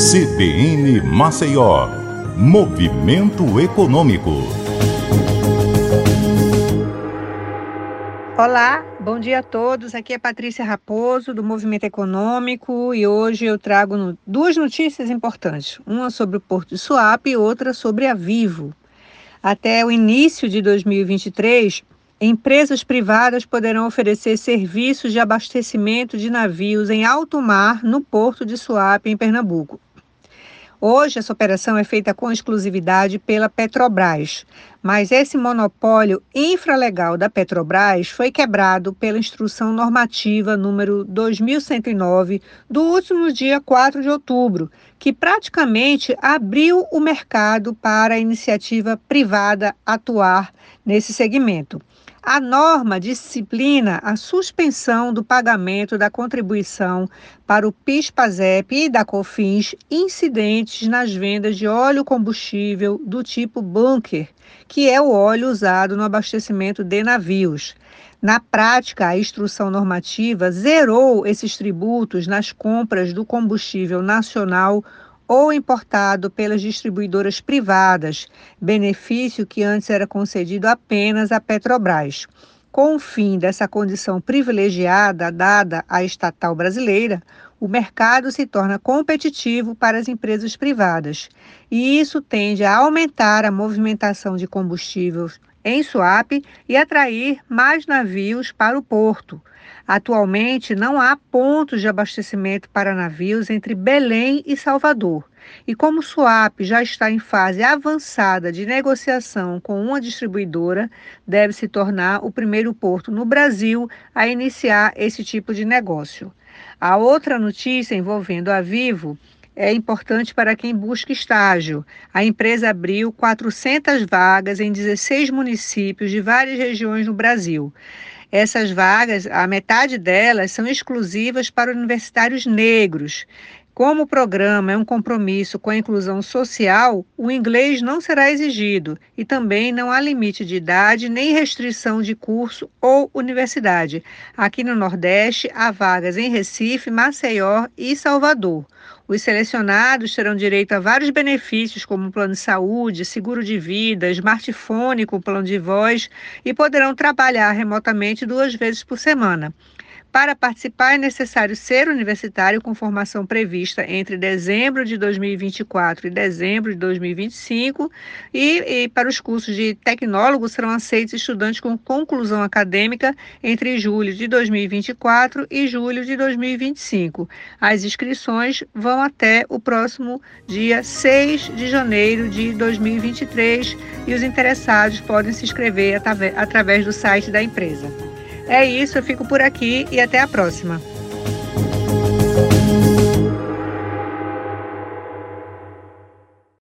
CBN Maceió, Movimento Econômico. Olá, bom dia a todos. Aqui é Patrícia Raposo, do Movimento Econômico, e hoje eu trago duas notícias importantes. Uma sobre o Porto de Suape e outra sobre a Vivo. Até o início de 2023, empresas privadas poderão oferecer serviços de abastecimento de navios em alto mar no Porto de Suape, em Pernambuco. Hoje, essa operação é feita com exclusividade pela Petrobras, mas esse monopólio infralegal da Petrobras foi quebrado pela Instrução Normativa número 2109 do último dia 4 de outubro, que praticamente abriu o mercado para a iniciativa privada atuar nesse segmento. A norma disciplina a suspensão do pagamento da contribuição para o PIS/PASEP e da COFINS incidentes nas vendas de óleo combustível do tipo bunker, que é o óleo usado no abastecimento de navios. Na prática, a instrução normativa zerou esses tributos nas compras do combustível nacional ou importado pelas distribuidoras privadas, benefício que antes era concedido apenas à Petrobras. Com o fim dessa condição privilegiada dada à estatal brasileira, o mercado se torna competitivo para as empresas privadas, e isso tende a aumentar a movimentação de combustíveis em Suape e atrair mais navios para o porto. Atualmente, não há pontos de abastecimento para navios entre Belém e Salvador. E como Suape já está em fase avançada de negociação com uma distribuidora, deve se tornar o primeiro porto no Brasil a iniciar esse tipo de negócio. A outra notícia envolvendo a Vivo é importante para quem busca estágio. A empresa abriu 400 vagas em 16 municípios de várias regiões no Brasil. Essas vagas, a metade delas, são exclusivas para universitários negros. Como o programa é um compromisso com a inclusão social, o inglês não será exigido e também não há limite de idade nem restrição de curso ou universidade. Aqui no Nordeste, há vagas em Recife, Maceió e Salvador. Os selecionados terão direito a vários benefícios, como plano de saúde, seguro de vida, smartphone com plano de voz, e poderão trabalhar remotamente 2 vezes por semana. Para participar, é necessário ser universitário com formação prevista entre dezembro de 2024 e dezembro de 2025 e para os cursos de tecnólogo serão aceitos estudantes com conclusão acadêmica entre julho de 2024 e julho de 2025. As inscrições vão até o próximo dia 6 de janeiro de 2023 e os interessados podem se inscrever através do site da empresa. É isso, eu fico por aqui e até a próxima.